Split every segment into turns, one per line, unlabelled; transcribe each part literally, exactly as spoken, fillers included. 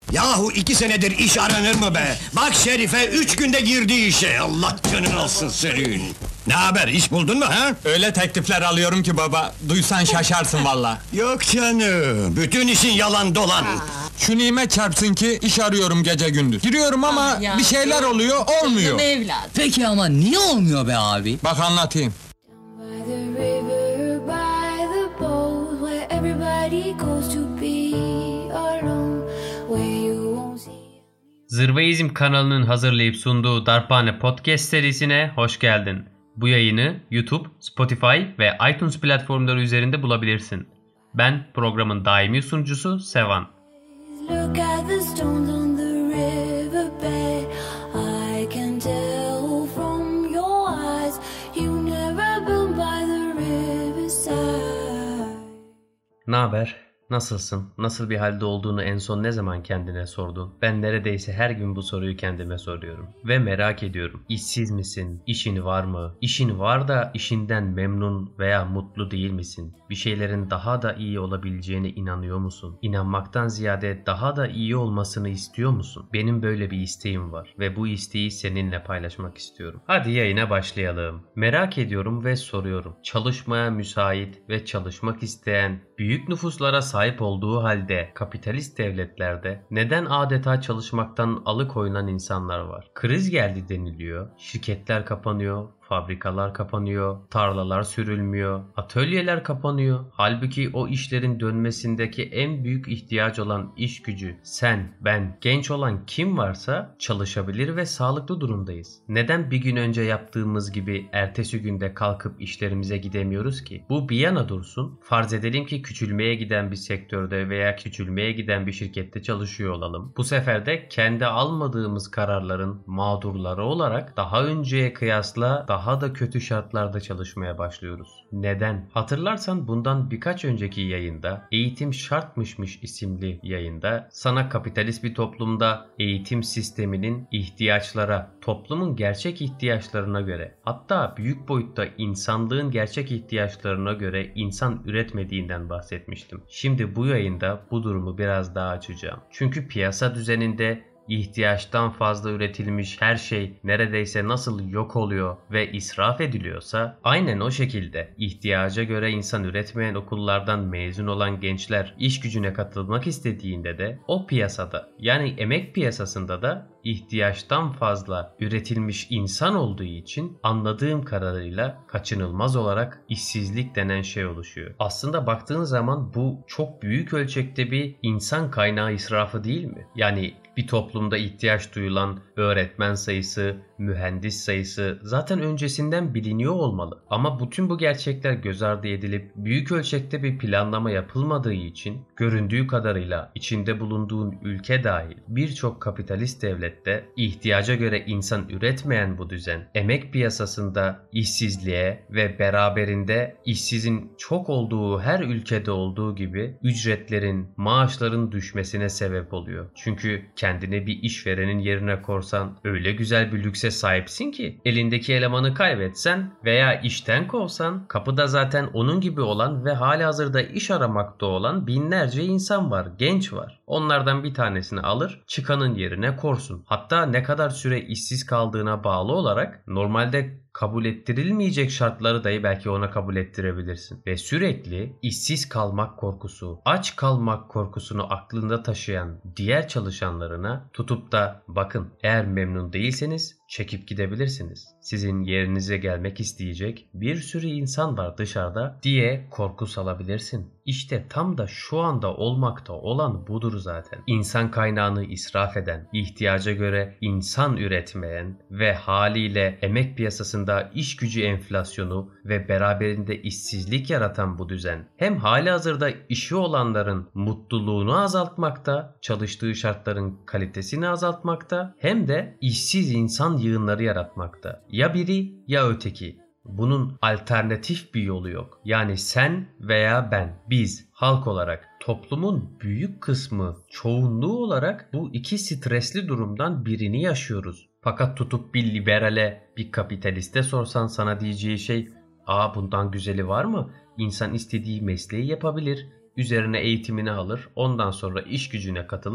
Yahu iki senedir iş aranır mı be? Bak Şerife üç günde girdi işe. Allah canını alsın senin. Ne haber, iş buldun mu ha?
Öyle teklifler alıyorum ki baba, duysan şaşarsın valla.
Yok canım, bütün işin yalan dolan.
Şu nimet çarpsın ki iş arıyorum gece gündüz. Giriyorum ama
Ah ya.
bir şeyler oluyor, olmuyor.
Canım evladım.
Peki ama niye olmuyor be abi?
Bak anlatayım.
By the river, by the boat, where everybody goes to be alone, where you won't see.
Zırvaizm kanalının hazırlayıp sunduğu Darphane Podcast serisine hoş geldin. Bu yayını YouTube, Spotify ve iTunes platformları üzerinde bulabilirsin. Ben programın daimi sunucusu Sevan.
Look at the stones on the riverbed. I can tell from your eyes you never been by the riverside.
Ne haber? Nasılsın? Nasıl bir halde olduğunu en son ne zaman kendine sordun? Ben neredeyse her gün bu soruyu kendime soruyorum. Ve merak ediyorum. İşsiz misin? İşin var mı? İşin var da işinden memnun veya mutlu değil misin? Bir şeylerin daha da iyi olabileceğine inanıyor musun? İnanmaktan ziyade daha da iyi olmasını istiyor musun? Benim böyle bir isteğim var. Ve bu isteği seninle paylaşmak istiyorum. Hadi yayına başlayalım. Merak ediyorum ve soruyorum. Çalışmaya müsait ve çalışmak isteyen büyük nüfuslara sahip olduğu halde kapitalist devletlerde neden adeta çalışmaktan alıkoyulan insanlar var? Kriz geldi deniliyor, şirketler kapanıyor, fabrikalar kapanıyor, tarlalar sürülmüyor, atölyeler kapanıyor. Halbuki o işlerin dönmesindeki en büyük ihtiyaç olan iş gücü, sen, ben, genç olan kim varsa çalışabilir ve sağlıklı durumdayız. Neden bir gün önce yaptığımız gibi ertesi günde kalkıp işlerimize gidemiyoruz ki? Bu bir yana dursun. Farz edelim ki küçülmeye giden bir sektörde veya küçülmeye giden bir şirkette çalışıyor olalım. Bu sefer de kendi almadığımız kararların mağdurları olarak daha önceye kıyasla daha daha da kötü şartlarda çalışmaya başlıyoruz. Neden? Hatırlarsan bundan birkaç önceki yayında Eğitim Şartmışmış isimli yayında sana kapitalist bir toplumda eğitim sisteminin ihtiyaçlara, toplumun gerçek ihtiyaçlarına göre, hatta büyük boyutta insanlığın gerçek ihtiyaçlarına göre insan üretmediğinden bahsetmiştim. Şimdi bu yayında bu durumu biraz daha açacağım. Çünkü piyasa düzeninde İhtiyaçtan fazla üretilmiş her şey neredeyse nasıl yok oluyor ve israf ediliyorsa, aynen o şekilde ihtiyaca göre insan üretmeyen okullardan mezun olan gençler iş gücüne katılmak istediğinde de o piyasada, yani emek piyasasında da ihtiyaçtan fazla üretilmiş insan olduğu için anladığım kadarıyla kaçınılmaz olarak işsizlik denen şey oluşuyor. Aslında baktığın zaman bu çok büyük ölçekte bir insan kaynağı israfı değil mi? Yani bir toplumda ihtiyaç duyulan öğretmen sayısı, mühendis sayısı zaten öncesinden biliniyor olmalı. Ama bütün bu gerçekler göz ardı edilip büyük ölçekte bir planlama yapılmadığı için göründüğü kadarıyla içinde bulunduğun ülke dahil birçok kapitalist devlette ihtiyaca göre insan üretmeyen bu düzen emek piyasasında işsizliğe ve beraberinde işsizin çok olduğu her ülkede olduğu gibi ücretlerin, maaşların düşmesine sebep oluyor. Çünkü kendini bir işverenin yerine korsan öyle güzel bir lükse sahipsin ki elindeki elemanı kaybetsen veya işten kovsan kapıda zaten onun gibi olan ve halihazırda iş aramakta olan binlerce insan var, genç var. Onlardan bir tanesini alır, çıkanın yerine korsun. Hatta ne kadar süre işsiz kaldığına bağlı olarak normalde kabul ettirilmeyecek şartları dahi belki ona kabul ettirebilirsin. Ve sürekli işsiz kalmak korkusu, aç kalmak korkusunu aklında taşıyan diğer çalışanlarına tutup da bakın eğer memnun değilseniz çekip gidebilirsiniz. Sizin yerinize gelmek isteyecek bir sürü insan var dışarıda diye korku salabilirsin. İşte tam da şu anda olmakta olan budur zaten. İnsan kaynağını israf eden, ihtiyaca göre insan üretmeyen ve haliyle emek piyasasında iş gücü enflasyonu ve beraberinde işsizlik yaratan bu düzen hem halihazırda işi olanların mutluluğunu azaltmakta, çalıştığı şartların kalitesini azaltmakta hem de işsiz insan yığınları yaratmakta. Ya biri ya öteki. Bunun alternatif bir yolu yok. Yani sen veya ben, biz halk olarak toplumun büyük kısmı, çoğunluğu olarak bu iki stresli durumdan birini yaşıyoruz. Fakat tutup bir liberale, bir kapitaliste sorsan sana diyeceği şey, "Aa bundan güzeli var mı? İnsan istediği mesleği yapabilir, üzerine eğitimini alır, ondan sonra iş gücüne katılır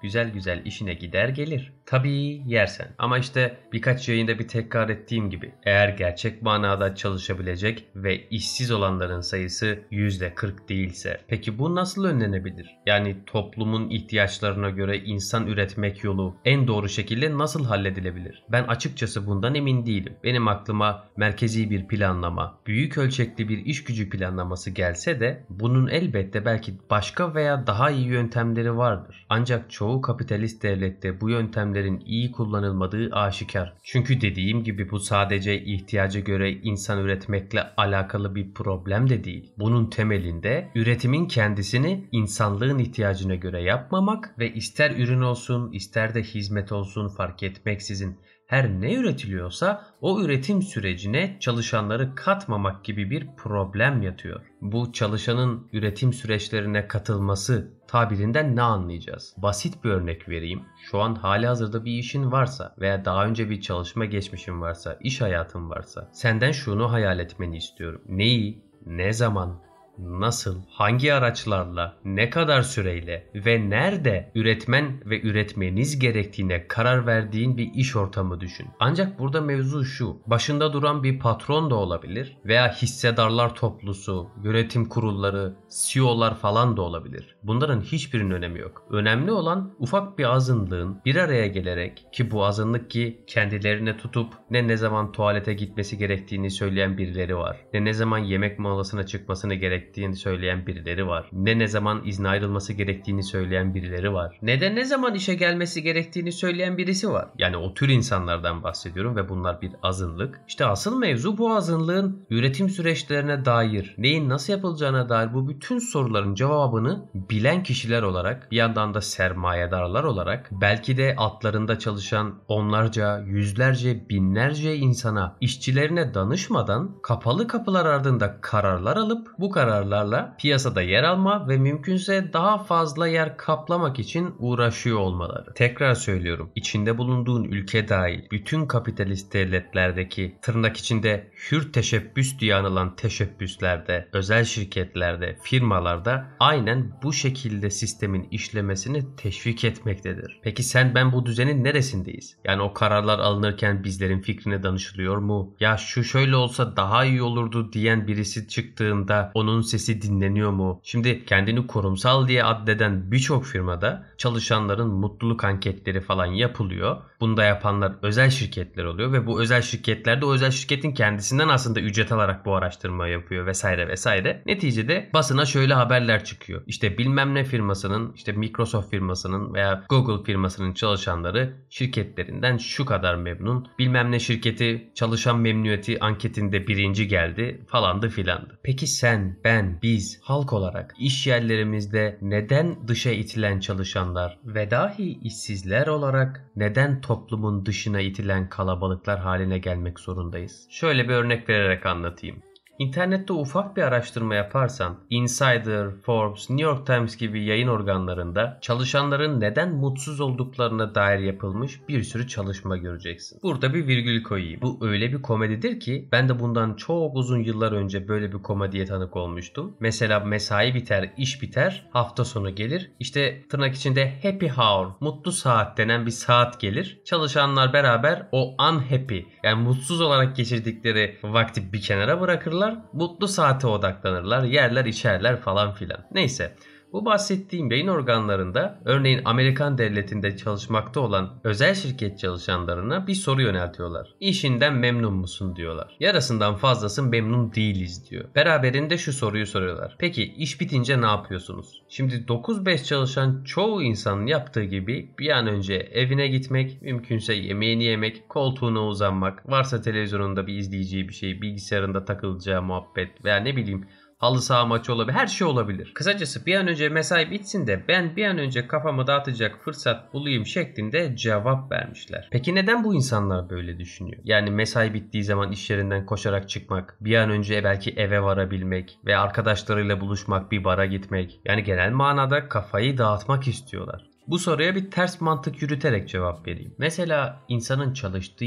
güzel güzel işine gider gelir. Tabii yersen. Ama işte birkaç yayında bir tekrar ettiğim gibi eğer gerçek manada çalışabilecek ve işsiz olanların sayısı yüzde kırk değilse peki bu nasıl önlenebilir? Yani toplumun ihtiyaçlarına göre insan üretmek yolu en doğru şekilde nasıl halledilebilir? Ben açıkçası bundan emin değilim. Benim aklıma merkezi bir planlama, büyük ölçekli bir iş gücü planlaması gelse de bunun elbette belki başka veya daha iyi yöntemleri vardır. Ancak çoğu kapitalist devlette bu yöntemlerin iyi kullanılmadığı aşikar. Çünkü dediğim gibi bu sadece ihtiyaca göre insan üretmekle alakalı bir problem de değil. Bunun temelinde üretimin kendisini insanlığın ihtiyacına göre yapmamak ve ister ürün olsun ister de hizmet olsun fark etmeksizin her ne üretiliyorsa o üretim sürecine çalışanları katmamak gibi bir problem yatıyor. Bu çalışanın üretim süreçlerine katılması tabirinden ne anlayacağız? Basit bir örnek vereyim. Şu an halihazırda bir işin varsa veya daha önce bir çalışma geçmişin varsa, iş hayatın varsa senden şunu hayal etmeni istiyorum. Neyi, ne zaman, nasıl, hangi araçlarla, ne kadar süreyle ve nerede üretmen ve üretmeniz gerektiğine karar verdiğin bir iş ortamı düşün. Ancak burada mevzu şu, başında duran bir patron da olabilir veya hissedarlar topluluğu, yönetim kurulları, C E O'lar falan da olabilir. Bunların hiçbirinin önemi yok. Önemli olan ufak bir azınlığın bir araya gelerek, ki bu azınlık ki kendilerine tutup ne ne zaman tuvalete gitmesi gerektiğini söyleyen birileri var, ne ne zaman yemek molasına çıkmasını gerektiğini söyleyen birileri var. Ne ne zaman izne ayrılması gerektiğini söyleyen birileri var. Ne de ne zaman işe gelmesi gerektiğini söyleyen birisi var. Yani o tür insanlardan bahsediyorum ve bunlar bir azınlık. İşte asıl mevzu bu azınlığın üretim süreçlerine dair, neyin nasıl yapılacağına dair bu bütün soruların cevabını bilen kişiler olarak, bir yandan da sermayedarlar olarak, belki de altlarında çalışan onlarca, yüzlerce, binlerce insana, işçilerine danışmadan kapalı kapılar ardında kararlar alıp bu karar kararlarla piyasada yer alma ve mümkünse daha fazla yer kaplamak için uğraşıyor olmaları. Tekrar söylüyorum, içinde bulunduğun ülke dahil bütün kapitalist devletlerdeki tırnak içinde hür teşebbüs diye anılan teşebbüslerde, özel şirketlerde, firmalarda aynen bu şekilde sistemin işlemesini teşvik etmektedir. Peki sen ben bu düzenin neresindeyiz? Yani o kararlar alınırken bizlerin fikrine danışılıyor mu? Ya şu şöyle olsa daha iyi olurdu diyen birisi çıktığında onun sesi dinleniyor mu? Şimdi kendini kurumsal diye addeden birçok firmada çalışanların mutluluk anketleri falan yapılıyor. Bunu da yapanlar özel şirketler oluyor ve bu özel şirketler de o özel şirketin kendisinden aslında ücret alarak bu araştırma yapıyor vesaire vesaire. Neticede basına şöyle haberler çıkıyor. İşte bilmem ne firmasının, işte Microsoft firmasının veya Google firmasının çalışanları şirketlerinden şu kadar memnun. Bilmem ne şirketi çalışan memnuniyeti anketinde birinci geldi falandı filandı. Peki sen, ben, biz halk olarak iş yerlerimizde neden dışa itilen çalışanlar ve dahi işsizler olarak neden toplumun dışına itilen kalabalıklar haline gelmek zorundayız? Şöyle bir örnek vererek anlatayım. İnternette ufak bir araştırma yaparsan Insider, Forbes, New York Times gibi yayın organlarında çalışanların neden mutsuz olduklarına dair yapılmış bir sürü çalışma göreceksin. Burada bir virgül koyayım. Bu öyle bir komedidir ki ben de bundan çok uzun yıllar önce böyle bir komediye tanık olmuştum. Mesela mesai biter, iş biter, hafta sonu gelir. İşte tırnak içinde happy hour, mutlu saat denen bir saat gelir. Çalışanlar beraber o unhappy yani mutsuz olarak geçirdikleri vakti bir kenara bırakırlar. Mutlu saate odaklanırlar, yerler içerler falan filan. Neyse, bu bahsettiğim yayın organlarında örneğin Amerikan devletinde çalışmakta olan özel şirket çalışanlarına bir soru yöneltiyorlar. İşinden memnun musun diyorlar. Yarısından fazlası memnun değiliz diyor. Beraberinde şu soruyu soruyorlar. Peki iş bitince ne yapıyorsunuz? Şimdi dokuz beş çalışan çoğu insanın yaptığı gibi bir an önce evine gitmek, mümkünse yemeğini yemek, koltuğuna uzanmak, varsa televizyonunda bir izleyeceği bir şey, bilgisayarında takılacağı muhabbet veya ne bileyim halı saha maçı olabilir. Her şey olabilir. Kısacası bir an önce mesai bitsin de ben bir an önce kafamı dağıtacak fırsat bulayım şeklinde cevap vermişler. Peki neden bu insanlar böyle düşünüyor? Yani mesai bittiği zaman iş yerinden koşarak çıkmak, bir an önce belki eve varabilmek ve arkadaşlarıyla buluşmak, bir bara gitmek. Yani genel manada kafayı dağıtmak istiyorlar. Bu soruya bir ters mantık yürüterek cevap vereyim. Mesela insanın çalıştığı iş,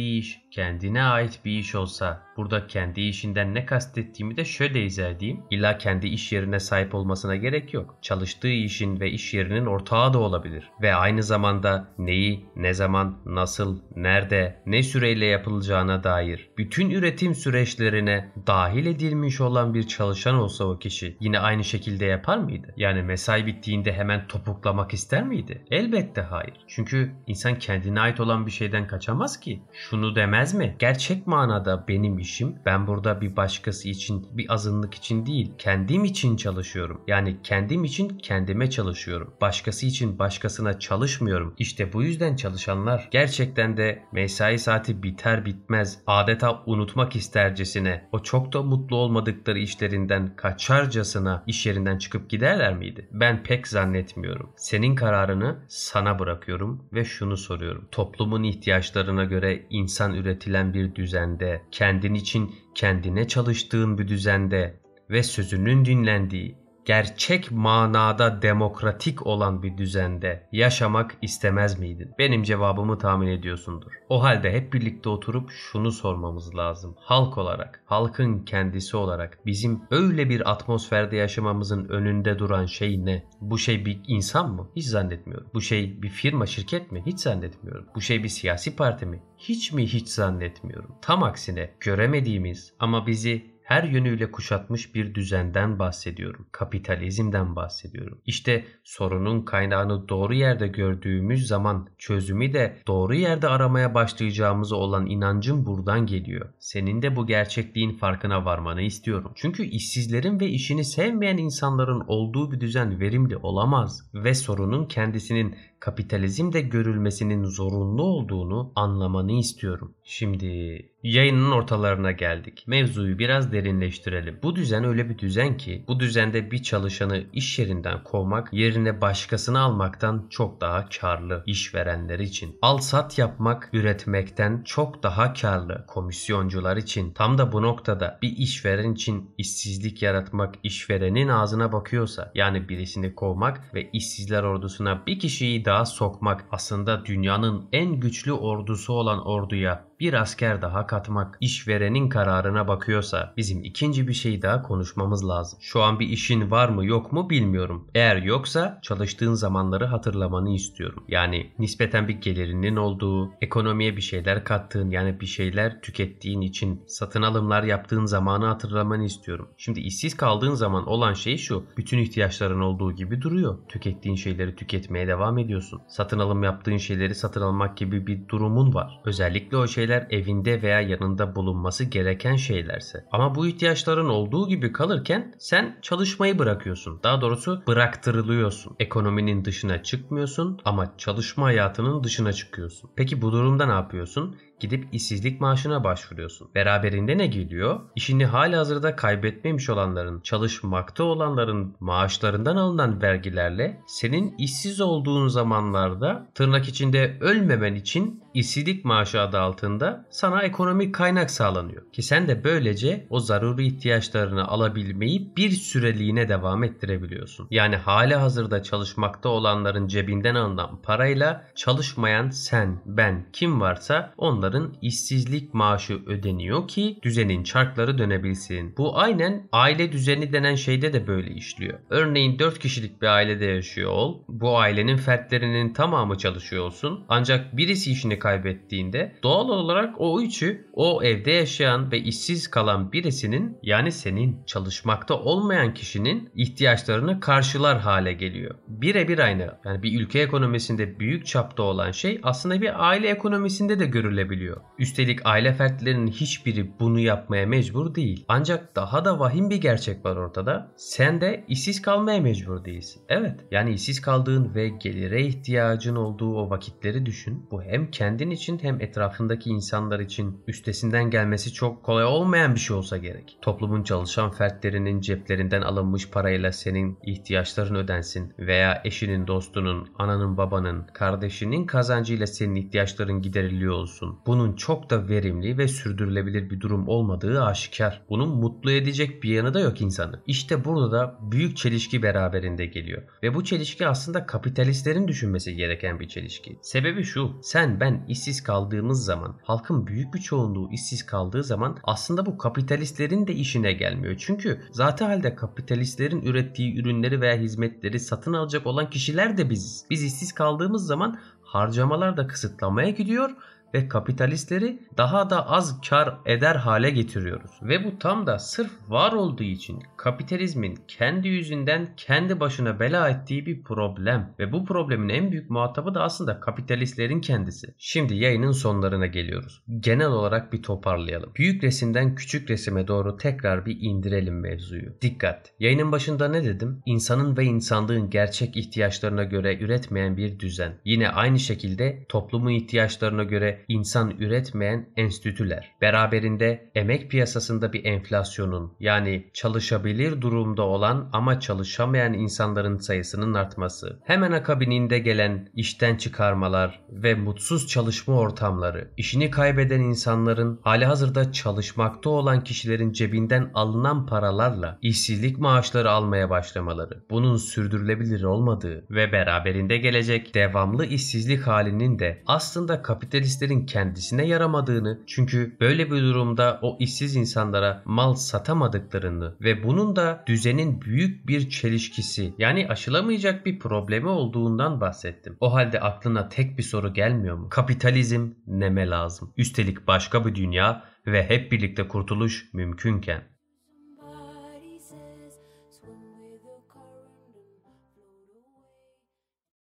kendine ait bir iş olsa, burada kendi işinden ne kastettiğimi de şöyle izah edeyim. İlla kendi iş yerine sahip olmasına gerek yok. Çalıştığı işin ve iş yerinin ortağı da olabilir. Ve aynı zamanda neyi, ne zaman, nasıl, nerede, ne süreyle yapılacağına dair bütün üretim süreçlerine dahil edilmiş olan bir çalışan olsa o kişi yine aynı şekilde yapar mıydı? Yani mesai bittiğinde hemen topuklamak ister miydi? Elbette hayır. Çünkü insan kendine ait olan bir şeyden kaçamaz ki. Şunu demez mi? Gerçek manada benim işim, ben burada bir başkası için, bir azınlık için değil, kendim için çalışıyorum. Yani kendim için kendime çalışıyorum. Başkası için başkasına çalışmıyorum. İşte bu yüzden çalışanlar gerçekten de mesai saati biter bitmez adeta unutmak istercesine, o çok da mutlu olmadıkları işlerinden kaçarcasına iş yerinden çıkıp giderler miydi? Ben pek zannetmiyorum. Senin kararını sana bırakıyorum ve şunu soruyorum. Toplumun ihtiyaçlarına göre insan üretilen bir düzende, kendin için kendine çalıştığın bir düzende ve sözünün dinlendiği, gerçek manada demokratik olan bir düzende yaşamak istemez miydin? Benim cevabımı tahmin ediyorsundur. O halde hep birlikte oturup şunu sormamız lazım. Halk olarak, halkın kendisi olarak bizim öyle bir atmosferde yaşamamızın önünde duran şey ne? Bu şey bir insan mı? Hiç zannetmiyorum. Bu şey bir firma, şirket mi? Hiç zannetmiyorum. Bu şey bir siyasi parti mi? Hiç mi? Hiç zannetmiyorum. Tam aksine göremediğimiz ama bizi her yönüyle kuşatmış bir düzenden bahsediyorum. Kapitalizmden bahsediyorum. İşte sorunun kaynağını doğru yerde gördüğümüz zaman çözümü de doğru yerde aramaya başlayacağımıza olan inancım buradan geliyor. Senin de bu gerçekliğin farkına varmanı istiyorum. Çünkü işsizlerin ve işini sevmeyen insanların olduğu bir düzen verimli olamaz ve sorunun kendisinin kapitalizmde görülmesinin zorunlu olduğunu anlamanı istiyorum. Şimdi yayının ortalarına geldik. Mevzuyu biraz derinleştirelim. Bu düzen öyle bir düzen ki bu düzende bir çalışanı iş yerinden kovmak yerine başkasını almaktan çok daha karlı işverenler için. Al sat yapmak üretmekten çok daha karlı komisyoncular için. Tam da bu noktada bir işveren için işsizlik yaratmak işverenin ağzına bakıyorsa, yani birisini kovmak ve işsizler ordusuna bir kişiyi daha sokmak, aslında dünyanın en güçlü ordusu olan orduya bir asker daha katmak işverenin kararına bakıyorsa bizim ikinci bir şey daha konuşmamız lazım. Şu an bir işin var mı yok mu bilmiyorum. Eğer yoksa çalıştığın zamanları hatırlamanı istiyorum. Yani nispeten bir gelirinin olduğu, ekonomiye bir şeyler kattığın, yani bir şeyler tükettiğin için satın alımlar yaptığın zamanı hatırlamanı istiyorum. Şimdi işsiz kaldığın zaman olan şey şu: bütün ihtiyaçların olduğu gibi duruyor. Tükettiğin şeyleri tüketmeye devam ediyorsun. Satın alım yaptığın şeyleri satın almak gibi bir durumun var. Özellikle o şeyler evinde veya yanında bulunması gereken şeylerse. Ama bu ihtiyaçların olduğu gibi kalırken sen çalışmayı bırakıyorsun. Daha doğrusu bıraktırılıyorsun. Ekonominin dışına çıkmıyorsun ama çalışma hayatının dışına çıkıyorsun. Peki bu durumda ne yapıyorsun? Gidip işsizlik maaşına başvuruyorsun. Beraberinde ne geliyor? İşini halihazırda kaybetmemiş olanların, çalışmakta olanların maaşlarından alınan vergilerle senin işsiz olduğun zamanlarda tırnak içinde ölmemen için işsizlik maaşı adı altında sana ekonomik kaynak sağlanıyor. Ki sen de böylece o zaruri ihtiyaçlarını alabilmeyi bir süreliğine devam ettirebiliyorsun. Yani halihazırda çalışmakta olanların cebinden alınan parayla çalışmayan sen, ben, kim varsa onların işsizlik maaşı ödeniyor ki düzenin çarkları dönebilsin. Bu aynen aile düzeni denen şeyde de böyle işliyor. Örneğin dört kişilik bir ailede yaşıyor ol. Bu ailenin fertlerinin tamamı çalışıyor olsun. Ancak birisi işini kaybettiğinde doğal olarak o üçü o evde yaşayan ve işsiz kalan birisinin, yani senin, çalışmakta olmayan kişinin ihtiyaçlarını karşılar hale geliyor. Birebir aynı. Yani bir ülke ekonomisinde büyük çapta olan şey aslında bir aile ekonomisinde de görülebiliyor. Üstelik aile fertlerinin hiçbiri bunu yapmaya mecbur değil. Ancak daha da vahim bir gerçek var ortada. Sen de işsiz kalmaya mecbur değilsin. Evet, yani işsiz kaldığın ve gelire ihtiyacın olduğu o vakitleri düşün. Bu hem kendin için hem etrafındaki insanlar için üstesinden gelmesi çok kolay olmayan bir şey olsa gerek. Toplumun çalışan fertlerinin ceplerinden alınmış parayla senin ihtiyaçların ödensin veya eşinin, dostunun, ananın, babanın, kardeşinin kazancıyla senin ihtiyaçların gideriliyor olsun. Bunun çok da verimli ve sürdürülebilir bir durum olmadığı aşikar. Bunun mutlu edecek bir yanı da yok insanı. İşte burada da büyük çelişki beraberinde geliyor. Ve bu çelişki aslında kapitalistlerin düşünmesi gereken bir çelişki. Sebebi şu: sen, ben Yani işsiz kaldığımız zaman, halkın büyük bir çoğunluğu işsiz kaldığı zaman aslında bu kapitalistlerin de işine gelmiyor. Çünkü zaten halde kapitalistlerin ürettiği ürünleri veya hizmetleri satın alacak olan kişiler de biziz. Biz işsiz kaldığımız zaman harcamalar da kısıtlamaya gidiyor ve kapitalistleri daha da az kar eder hale getiriyoruz. Ve bu tam da sırf var olduğu için kapitalizmin kendi yüzünden kendi başına bela ettiği bir problem. Ve bu problemin en büyük muhatabı da aslında kapitalistlerin kendisi. Şimdi yayının sonlarına geliyoruz. Genel olarak bir toparlayalım. Büyük resimden küçük resime doğru tekrar bir indirelim mevzuyu. Dikkat! Yayının başında ne dedim? İnsanın ve insanlığın gerçek ihtiyaçlarına göre üretmeyen bir düzen. Yine aynı şekilde toplumun ihtiyaçlarına göre insan üretmeyen enstitüler. Beraberinde emek piyasasında bir enflasyonun, yani çalışabilir durumda olan ama çalışamayan insanların sayısının artması. Hemen akabininde gelen işten çıkarmalar ve mutsuz çalışma ortamları. İşini kaybeden insanların, halihazırda çalışmakta olan kişilerin cebinden alınan paralarla işsizlik maaşları almaya başlamaları. Bunun sürdürülebilir olmadığı ve beraberinde gelecek devamlı işsizlik halinin de aslında kapitalistlerin kendisine yaramadığını, çünkü böyle bir durumda o işsiz insanlara mal satamadıklarını ve bunun da düzenin büyük bir çelişkisi, yani aşılamayacak bir problemi olduğundan bahsettim. O halde aklına tek bir soru gelmiyor mu? Kapitalizm neme lazım? Üstelik başka bir dünya ve hep birlikte kurtuluş mümkünken.